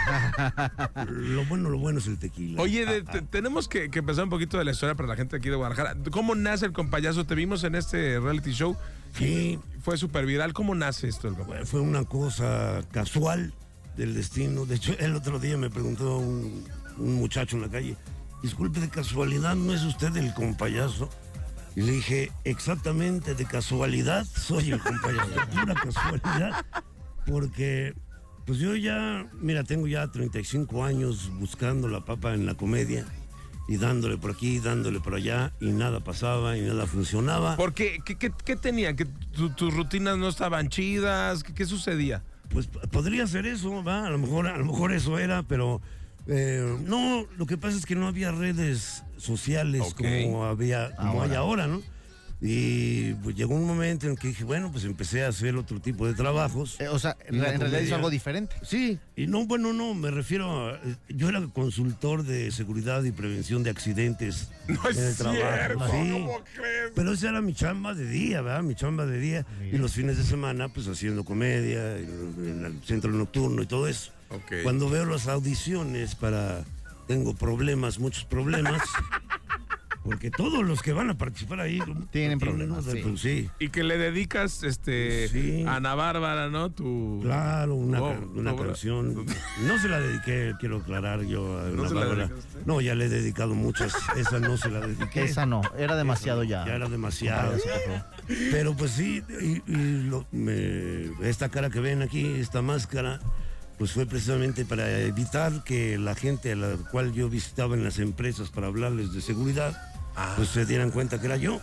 Pero lo bueno, lo bueno es el tequila. Oye, de- te- tenemos que, que empezar un poquito de la historia para la gente aquí de Guadalajara. ¿Cómo nace el compayazo? Te vimos en este reality show. Sí. Fue súper viral. ¿Cómo nace esto el compayazo? Fue una cosa casual del destino. De hecho, el otro día me preguntó un, un muchacho en la calle, disculpe, de casualidad, ¿no es usted el compayazo? Y le dije, exactamente, de casualidad soy el compayazo, de pura casualidad, porque pues yo ya, mira, tengo ya treinta y cinco años buscando la papa en la comedia y dándole por aquí, dándole por allá y nada pasaba y nada funcionaba. ¿Por qué? ¿Qué, qué, qué tenía? ¿Que tu- tus rutinas no estaban chidas? ¿Qué, qué sucedía? Pues p- podría ser eso, ¿va? A lo mejor, a lo mejor eso era, pero eh, no, lo que pasa es que no había redes sociales Ok. como había, como hay ahora, ¿no? Y pues llegó un momento en que dije, bueno, pues empecé a hacer otro tipo de trabajos. Eh, o sea, en, Y la en realidad hizo comedia. algo diferente. Sí, y no, bueno, no, me refiero a, eh, yo era consultor de seguridad y prevención de accidentes No es en el trabajo. cierto, Sí. ¿cómo crees? Pero esa era mi chamba de día, ¿verdad? Mi chamba de día. Y los fines de semana, pues haciendo comedia, en, en el centro nocturno y todo eso. Ok. Cuando veo las audiciones para... Tengo problemas, muchos problemas. Porque todos los que van a participar ahí... Tienen problemas, ¿no? sí. Pues, sí. Y que le dedicas este Sí. a Ana Bárbara, ¿no? Tu... Claro, una, Oh, ca- una obra. canción. No se la dediqué, quiero aclarar yo a ¿No Ana se la Bárbara. dedicaste? No, ya le he dedicado muchas. Esa no se la dediqué. Esa no, era demasiado ya. Ya era demasiado. Compayazo, por favor. Pero pues sí, y, y lo- me- esta cara que ven aquí, esta máscara, pues fue precisamente para evitar que la gente a la cual yo visitaba en las empresas para hablarles de seguridad, pues se dieran cuenta que era yo.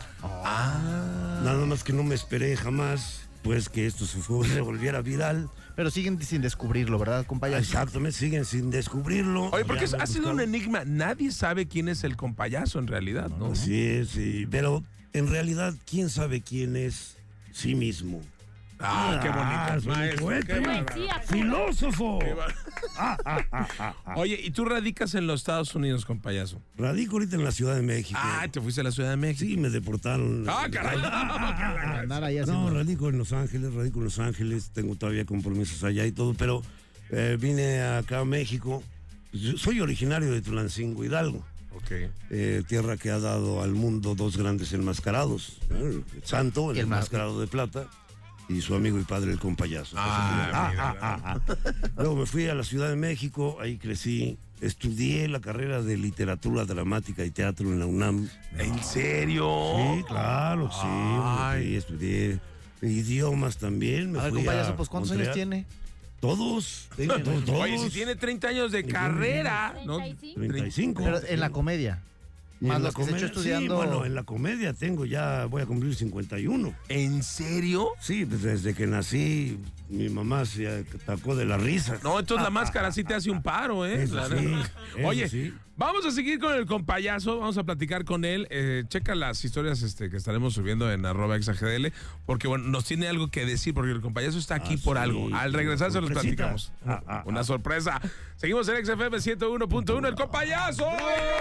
Nada más que no me esperé jamás, pues que esto se, fue- se volviera viral. Pero siguen sin descubrirlo, ¿verdad, compayazo? Exactamente, siguen sin descubrirlo. Oye, porque Ya me ha sido un buscaron. enigma. Nadie sabe quién es el compayazo en realidad, ¿no? Así es, sí. Pero en realidad, ¿quién sabe quién es sí mismo? Ah, qué Ah, bonito. soy un maestro, poeta. qué bárbaro. Poesía. ¡Filósofo! Qué bárbaro. Oye, ¿y tú radicas en los Estados Unidos, compayazo? Radico ahorita en la Ciudad de México. Ah, te fuiste a la Ciudad de México. Sí, me deportaron. Ah, caray. Andar ahí No, haciendo- radico en Los Ángeles, radico en Los Ángeles, tengo todavía compromisos allá y todo, pero eh, vine acá a México. Yo soy originario de Tulancingo, Hidalgo, Ok. eh, tierra que ha dado al mundo dos grandes enmascarados, ¿no? El Santo, el Y el ma- enmascarado de plata, y su amigo y padre, el compayazo. Ah, mira. ah, ah. Luego me fui a la Ciudad de México, ahí crecí, estudié la carrera de literatura dramática y teatro en la UNAM. ¿En serio? Sí, claro, sí. Ay. Sí, estudié idiomas también. Me A ver, fui compayazo, a pues ¿cuántos Montreal. años tiene? Todos. Tengo todos. todos. Oye, si tiene treinta años de carrera, ¿no? treinta y cinco. treinta y cinco. Pero en la comedia. Y Más en la los que se echó comedia- estudiando. Sí, bueno, en la comedia tengo ya, voy a cumplir cincuenta y uno. ¿En serio? Sí, pues desde que nací, mi mamá se atacó de la risa. No, entonces la máscara sí te hace un paro, ¿eh? Eso La sí, neta. eso Oye, sí. vamos a seguir con el compayazo, vamos a platicar con él. Eh, checa las historias este, que estaremos subiendo en arroba exagdl, porque bueno, nos tiene algo que decir, porque el compayazo está aquí Ah, por sí, algo. Al regresar se los sorpresita. platicamos. Ah, ah, Una ah. sorpresa. Seguimos en X F M ciento uno punto uno, el compayazo.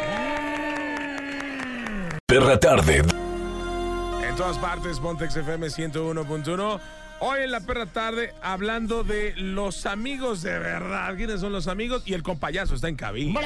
Perra tarde. En todas partes, ponte X F M ciento uno punto uno. Hoy en la perra tarde, hablando de los amigos de verdad. ¿Quiénes son los amigos? Y el compayazo está en cabina.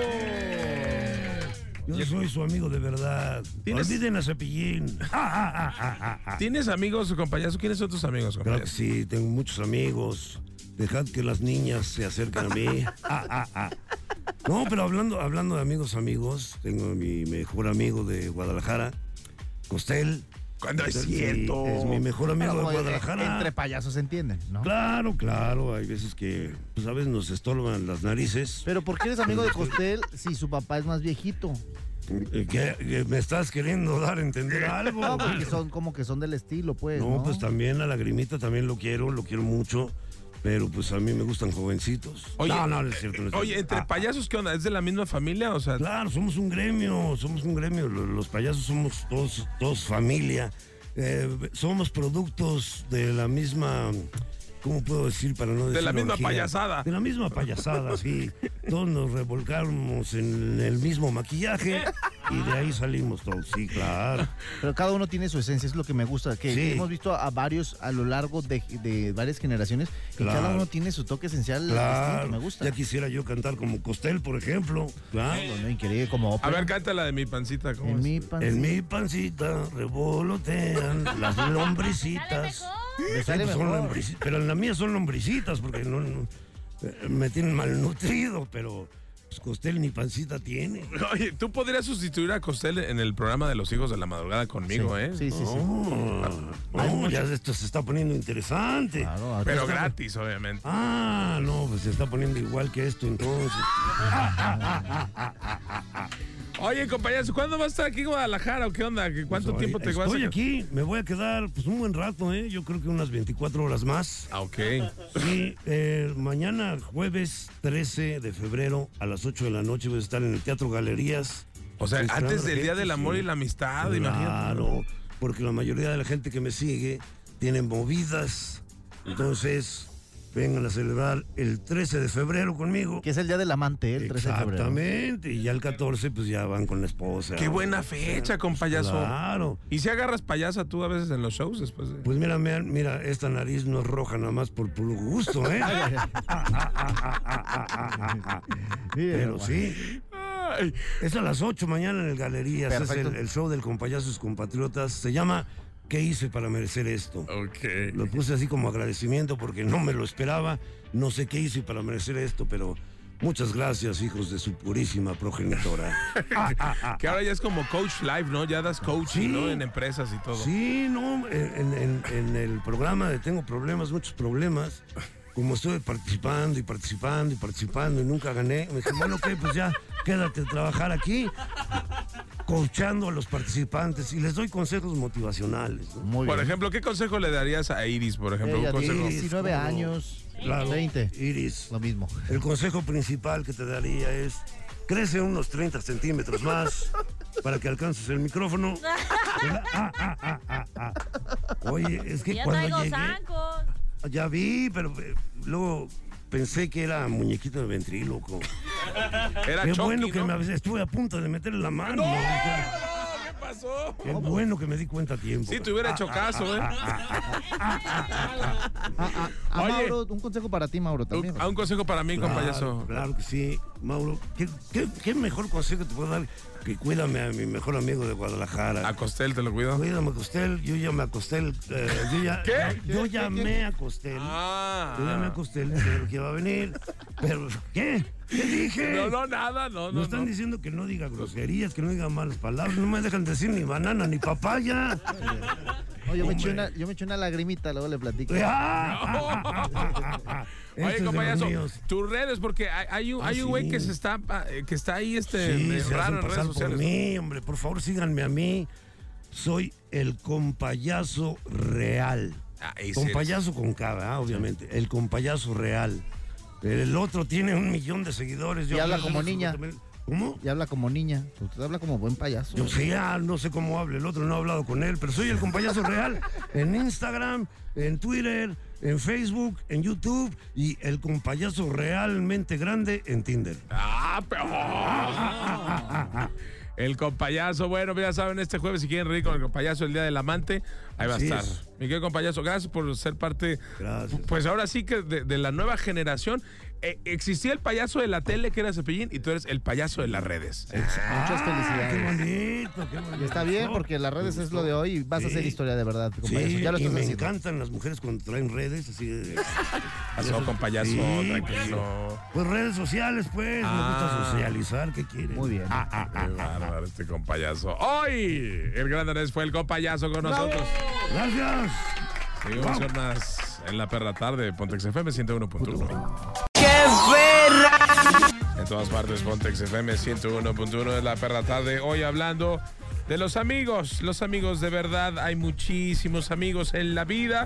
Yo soy su amigo de verdad. ¿Tienes- Olviden a Cepillín. ¿Tienes amigos, compayazo? ¿Quiénes son tus amigos, Claro que compayazo? sí, tengo muchos amigos. Dejad que las niñas se acerquen a mí. Ah, ah, ah. No, pero hablando, hablando de amigos, amigos, tengo a mi mejor amigo de Guadalajara, Costel. Cuando es Sí, cierto. es mi mejor amigo Bueno, de oye, Guadalajara. entre payasos se entienden, ¿no? Claro, claro, hay veces que, pues a veces nos estorban las narices. Pero ¿por qué eres amigo de Costel si su papá es más viejito? Eh, ¿Qué, qué me estás queriendo dar a entender algo? No, porque son como que son del estilo, pues, ¿no? No, pues también a Lagrimita también lo quiero, lo quiero mucho, pero pues a mí me gustan jovencitos. Oye, no, no, no es cierto. No es Oye, cierto. entre Ah, payasos, ¿qué onda? ¿Es de la misma familia? O sea, Claro, somos un gremio, somos un gremio. Los, los payasos somos todos, todos familia. eh, somos productos de la misma... ¿Cómo puedo decir para no decir De la misma orgía? payasada. De la misma payasada, sí. Todos nos revolcamos en el mismo maquillaje y de ahí salimos todos, sí, claro. Pero cada uno tiene su esencia, es lo que me gusta, que Sí. hemos visto a varios a lo largo de, de varias generaciones y Claro. cada uno tiene su toque esencial Claro. distinto que me gusta. Ya quisiera yo cantar como Costel, por ejemplo. ¿verdad? Bueno, increíble, como A ópera. ver, cántala de mi pancita. ¿Cómo En es? mi pancita. En mi pancita revolotean las lombricitas. Me sale Sí, pues son mejor. lombrici- pero en la mía son lombricitas porque no, no, eh, me tienen malnutrido, pero pues, Costel ni pancita tiene. Oye, tú podrías sustituir a Costel en el programa de los hijos de la madrugada conmigo, Sí, ¿eh? sí, sí, sí. Oh, Hay no, mucho- ya esto se está poniendo interesante. Claro, ahorita Pero está- gratis, obviamente. Ah, no, pues se está poniendo igual que esto entonces. Oye, compañero, ¿cuándo vas a estar aquí en Guadalajara o qué onda? ¿Qué- ¿Cuánto Pues, tiempo te vas a Estoy aquí, me voy a quedar pues un buen rato, ¿eh? Yo creo que unas veinticuatro horas más. Ah, ok. Sí, eh, mañana jueves trece de febrero a las ocho de la noche voy a estar en el Teatro Galerías. O sea, Esperando antes a la del Día gente, del Amor sí. y la Amistad, imagínate. Claro, porque la mayoría de la gente que me sigue tiene movidas. Entonces, vengan a celebrar el trece de febrero conmigo. Que es el día del amante, el trece de febrero. Exactamente, y ya el catorce pues ya van con la esposa. Qué buena fecha, compayazo. Claro. ¿Y si agarras payasa tú a veces en los shows después de...? Pues mira, mira, mira, esta nariz no es roja nada más por puro gusto, ¿eh? Pero sí. Ay, Es a las ocho mañana en el Galerías. Es Perfecto. el, el show del compayazo y sus compatriotas. Se llama ¿Qué hice para merecer esto? ok. Lo puse así como agradecimiento porque no me lo esperaba. No sé qué hice para merecer esto, pero muchas gracias, hijos de su purísima progenitora. Que ahora ya es como Coach Live, ¿no? Ya das coaching, Sí. ¿no? En empresas y todo. Sí, no, en, en- en el programa de Tengo Problemas, muchos problemas. Como estuve participando y participando y participando y nunca gané, me dije, bueno, ok, pues ya quédate a trabajar aquí, coachando a los participantes y les doy consejos motivacionales. ¿no? Muy Por bien. ejemplo, ¿qué consejo le darías a Iris, por ejemplo? Ella Un consejo. tiene diecinueve ¿cómo no? años, Claro, veinte. Iris, Lo mismo. el consejo principal que te daría es, crece unos treinta centímetros más para que alcances el micrófono. Ah, ah, ah, ah, ah. Oye, es que Ya cuando traigo llegué... zancos. Ya vi, pero eh, luego pensé que era muñequito de ventríloco. Era Qué Chucky, bueno que ¿no? me estuve a punto de meterle la mano. ¡No! ¿Qué pasó? Qué bueno que me di cuenta a tiempo. Sí, te hubiera hecho caso, ¿eh? A, a Oye. Mauro, un consejo para ti, Mauro, también. A un consejo para mí, Claro, compayazo. claro que sí, Mauro. ¿Qué, qué, qué mejor consejo te puedo dar que cuídame a mi mejor amigo de Guadalajara? A Costel, te lo cuido. Cuídame a Costel, yo llamé a Costel. eh, yo ya, ¿Qué? Yo, yo llamé a Costel. Ah. Yo llamé a Costel, creo que iba a venir. Pero, ¿qué? ¿Qué dije? No, no, nada, no, Me no. están no. diciendo que no diga groserías, que no diga malas palabras. No me dejan decir ni banana ni papaya. No, yo, me eché Hombre. una, yo me eché una lagrimita, luego le platico. ¡Ah! Este Oye, es de los compayazo, míos. tus redes, porque hay, hay un, Ah, hay un güey sí. que se está, eh, que está ahí, este, Sí, eh, se raro hacen en redes pasar por sociales. mí, hombre. Por favor, síganme a mí. Soy el compayazo real. Ah, ese Compayazo con K, ¿verdad? Obviamente. El compayazo real. El otro tiene un millón de seguidores. Y Yo habla creo como que niña. también- ¿Cómo? Y habla como niña. Usted habla como buen payaso. Yo sé, ah, no sé cómo habla el otro, no he hablado con él, pero soy el compayazo real en Instagram, en Twitter, en Facebook, en YouTube y el compayazo realmente grande en Tinder. Ah, pero... El compayazo, bueno, ya saben, este jueves si quieren reír con el compayazo el Día del Amante, ahí va Así a estar. es. Mi querido compayazo, gracias por ser parte, Gracias. pues ahora sí que de, de la nueva generación. Eh, existía el payaso de la tele que era Cepillín y tú eres el payaso de las redes. Muchas Ah, qué felicidades. bonito, qué bonito. Y está bien porque las redes es lo de hoy y vas a hacer Sí. historia de verdad, compayazo. Sí, Ya lo y estás me haciendo. encantan las mujeres cuando traen redes, así de... Pasó, compayazo, Sí, tranquilo. Pues redes sociales, pues, Ah. me gusta socializar, ¿qué quieren? Muy bien. Ah, ah, ah, Qué ah. bárbaro este compayazo. Hoy, el gran danés fue el compayazo con nosotros. Gracias. Seguimos con más en la perra tarde, Pontex F M ciento uno punto uno. ¡Qué perra! En todas partes, Pontex F M ciento uno punto uno es la perra tarde. Hoy hablando de los amigos, los amigos de verdad. Hay muchísimos amigos en la vida.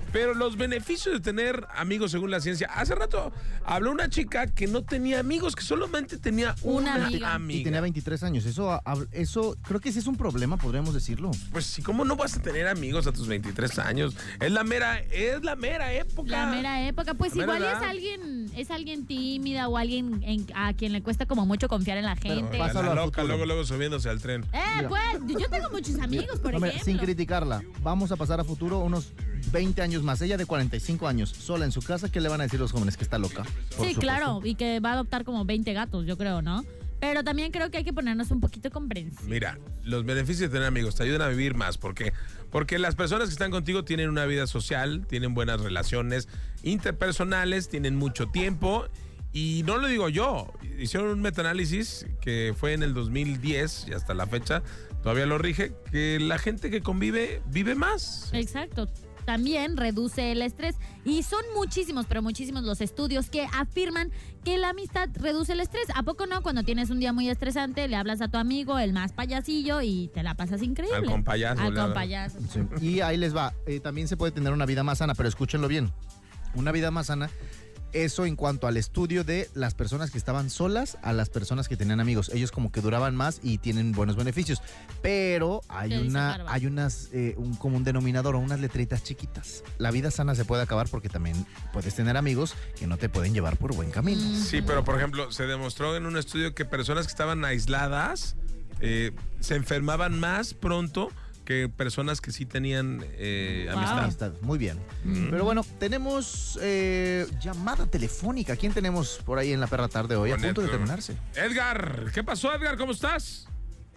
Pero los beneficios de tener amigos según la ciencia. Hace rato habló una chica que no tenía amigos, que solamente tenía una, Una amiga. amiga. Y tenía veintitrés años. Eso, hab- eso creo que sí es un problema, podríamos decirlo. Pues sí, ¿cómo no vas a tener amigos a tus veintitrés años? Es la mera, es la mera época. La mera época, pues La mera igual edad. es alguien, es alguien tímida o alguien en- a quien le cuesta como mucho confiar en la gente. La, Pásalo la al loca, futuro. luego, luego subiéndose al tren. Eh, Mira. pues, yo tengo muchos amigos, por No, mira, ejemplo. sin criticarla, vamos a pasar a futuro unos veinte años más. Ella de cuarenta y cinco años, sola en su casa, ¿qué le van a decir los jóvenes? Que está loca. Por Sí, supuesto. claro, y que va a adoptar como veinte gatos, yo creo, ¿no? Pero también creo que hay que ponernos un poquito comprensivos. Mira, los beneficios de tener amigos te ayudan a vivir más. ¿Por qué? Porque las personas que están contigo tienen una vida social, tienen buenas relaciones interpersonales, tienen mucho tiempo. Y no lo digo yo, hicieron un metaanálisis que fue en el dos mil diez y hasta la fecha todavía lo rige, que la gente que convive vive más. Exacto. También reduce el estrés. Y son muchísimos, pero muchísimos los estudios que afirman que la amistad reduce el estrés. ¿A poco no? Cuando tienes un día muy estresante, le hablas a tu amigo, el más payasillo, y te la pasas increíble. Al compayazo, Al le hablas. compayazo. Sí. Y ahí les va. Eh, también se puede tener una vida más sana, pero escúchenlo bien. Una vida más sana, eso en cuanto al estudio de las personas que estaban solas a las personas que tenían amigos. Ellos como que duraban más y tienen buenos beneficios. Pero hay ¿Qué dice una, Bárbara? hay unas, eh, un común denominador o unas letritas chiquitas. La vida sana se puede acabar porque también puedes tener amigos que no te pueden llevar por buen camino. Sí, pero por ejemplo, se demostró en un estudio que personas que estaban aisladas eh, se enfermaban más pronto que personas que sí tenían eh, Wow. amistad. Amistad, muy bien. Mm. Pero bueno, tenemos eh, llamada telefónica. ¿Quién tenemos por ahí en la perra tarde hoy? A Con punto de Edgar. terminarse. Edgar, ¿qué pasó, Edgar? ¿Cómo estás?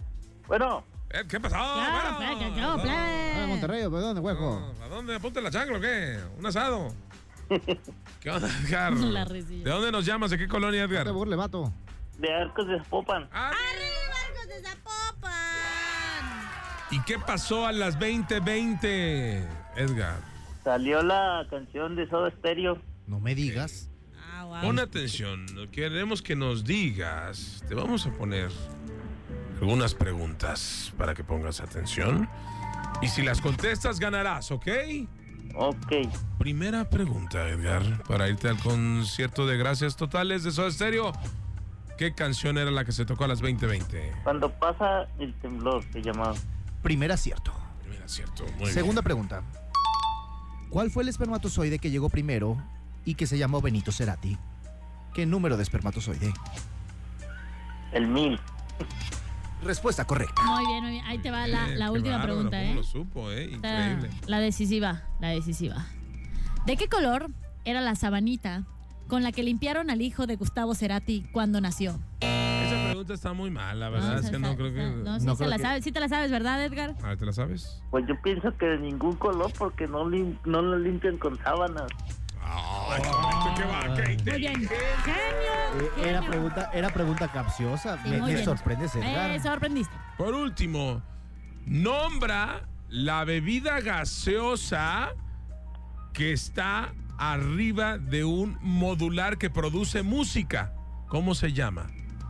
Bueno, Ed, ¿Qué pasó? Claro, Bueno, plebe, claro, no, plebe. Ah, Monterrey, ¿por dónde, hueco? no, ¿A dónde apunta la chancla o qué? ¿Un asado? ¿Qué onda, Edgar? La risilla. ¿De dónde nos llamas? ¿De qué colonia, No Edgar? te burle, vato. de Arcos de Zapopan. Ah, ¡Arriba, de Zapopan! ¿Y qué pasó a las veinte veinte, Edgar? Salió la canción de Soda Stereo. No me digas. Ah, wow. Pon atención, queremos que nos digas. Te vamos a poner algunas preguntas para que pongas atención. Y si las contestas, ganarás, ¿ok? Ok. Primera pregunta, Edgar, para irte al concierto de Gracias Totales de Soda Stereo. ¿Qué canción era la que se tocó a las veinte veinte? Cuando pasa el temblor se llamaba. Primer acierto. Mira, cierto, muy Segunda pregunta. ¿Cuál fue el espermatozoide que llegó primero y que se llamó Benito Cerati? ¿Qué número de espermatozoide? El mil. Respuesta correcta. Muy bien, muy bien. Ahí te va la, bien. la Eh, qué última bárbaro, pregunta, ¿cómo ¿eh? lo supo, eh? Está Increíble. La decisiva, la decisiva. ¿De qué color era la sabanita con la que limpiaron al hijo de Gustavo Cerati cuando nació? Esa pregunta está muy mal, la verdad No, es se que no sa- creo que... No, sí, no se creo la que- sabes, sí te la sabes, ¿verdad, Edgar? A ver, ¿te la sabes? Pues yo pienso que de ningún color porque no, lim- no lo limpian con sábanas. Ay, qué va, qué Muy bien. inteligente. Genio. Eh, Era genio. pregunta, era pregunta capciosa. Sí, me muy me bien. sorprendes, Edgar. Me sorprendiste. Por último, nombra la bebida gaseosa que está arriba de un modular que produce música. ¿Cómo se llama?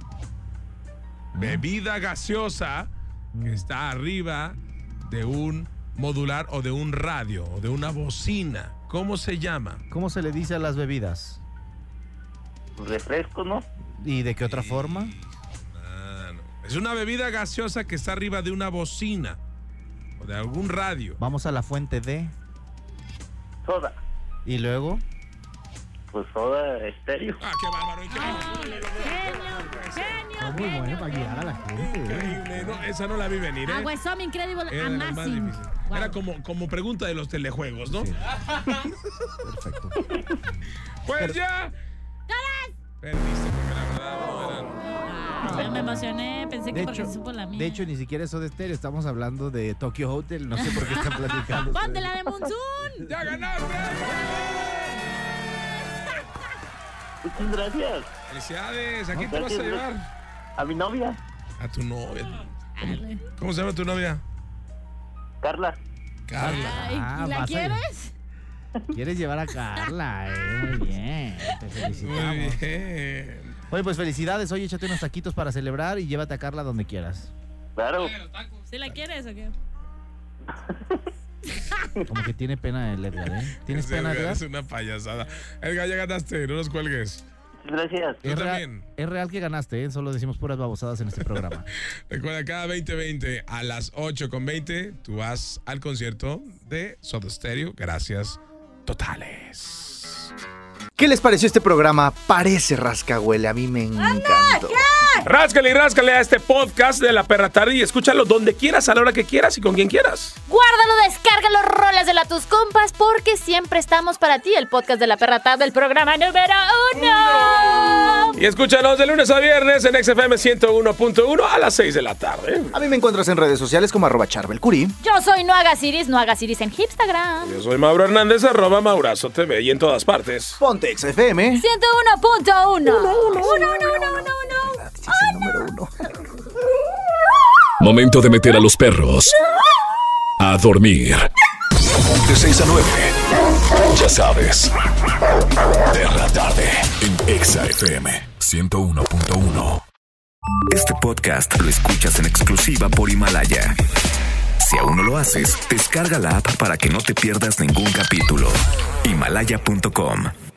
Bebida gaseosa que está arriba de un modular o de un radio o de una bocina. ¿Cómo se llama? ¿Cómo se le dice a las bebidas? Refresco, ¿no? ¿Y de qué otra forma? Ah, no. Es una bebida gaseosa que está arriba de una bocina o de algún radio. Vamos a la fuente de... Soda. Y luego... Pues Soda Stereo. Ah, qué bárbaro, increíble. Genio, genio, Muy bueno genio, para guiar a la gente. ¿eh? Increíble, no, esa no la vi venir, ¿eh? Ah, pues some incredible Era de las más amazing. difíciles. Wow. Era como, como pregunta de los telejuegos, ¿no? Sí. Perfecto. Pues ya. Perdiste porque la verdad no eran. Ah, yo me emocioné, pensé que De porque hecho, se supo la mía. de hecho, ni siquiera es Soda Stereo. Estamos hablando de Tokyo Hotel. No sé por qué están platicando. ¡Ponte ustedes. la de Monsoon! ¡Ya ganaste! Muchas gracias. Felicidades. ¿A quién No, te vas a gracias. llevar? A mi novia, A tu novia. Dale. ¿Cómo se llama tu novia? Carla. Carla. Ay, Ah, ¿y la vas a- quieres? Quieres llevar a Carla, eh. Muy bien. Te felicitamos. Muy bien. Oye, pues felicidades. Oye, échate unos taquitos para celebrar y llévate a Carla donde quieras. Claro. ¿Sí la quieres o qué? Como que tiene pena el Edgar, ¿eh? ¿Tienes Es pena, Edgar, Edgar? Es una payasada. Edgar, ya ganaste, no nos cuelgues. Gracias. Tú Es, rea- también. es real que ganaste, ¿eh? Solo decimos puras babosadas en este programa. Recuerda, cada veinte veinte a las ocho con veinte, tú vas al concierto de Soda Stereo. Gracias totales. ¿Qué les pareció este programa? Parece rascahuele, a mí me encantó. Ráscale y ráscale a este podcast de La Perra Tarde y escúchalo donde quieras, a la hora que quieras y con quien quieras. Guárdalo, descárgalo, rolas de la tus compas, porque siempre estamos para ti, el podcast de La Perra Tarde, el programa número uno. Y escúchanos de lunes a viernes en X F M ciento uno punto uno a las seis de la tarde. A mí me encuentras en redes sociales como arroba charbelcuri. Yo soy No Hagas Iris, No Hagas Iris en Instagram. Yo soy Mauro Hernández, arroba Maurazo T V y en todas partes. Ponte X F M. ciento uno punto uno. Uno, uno, uno, uno, uno, uno. Sí, es el número uno. Momento de meter a los perros a dormir. De seis a nueve. Ya sabes. Perra Tarde en Exa F M ciento uno punto uno. Este podcast lo escuchas en exclusiva por Himalaya. Si aún no lo haces, descarga la app para que no te pierdas ningún capítulo. Himalaya punto com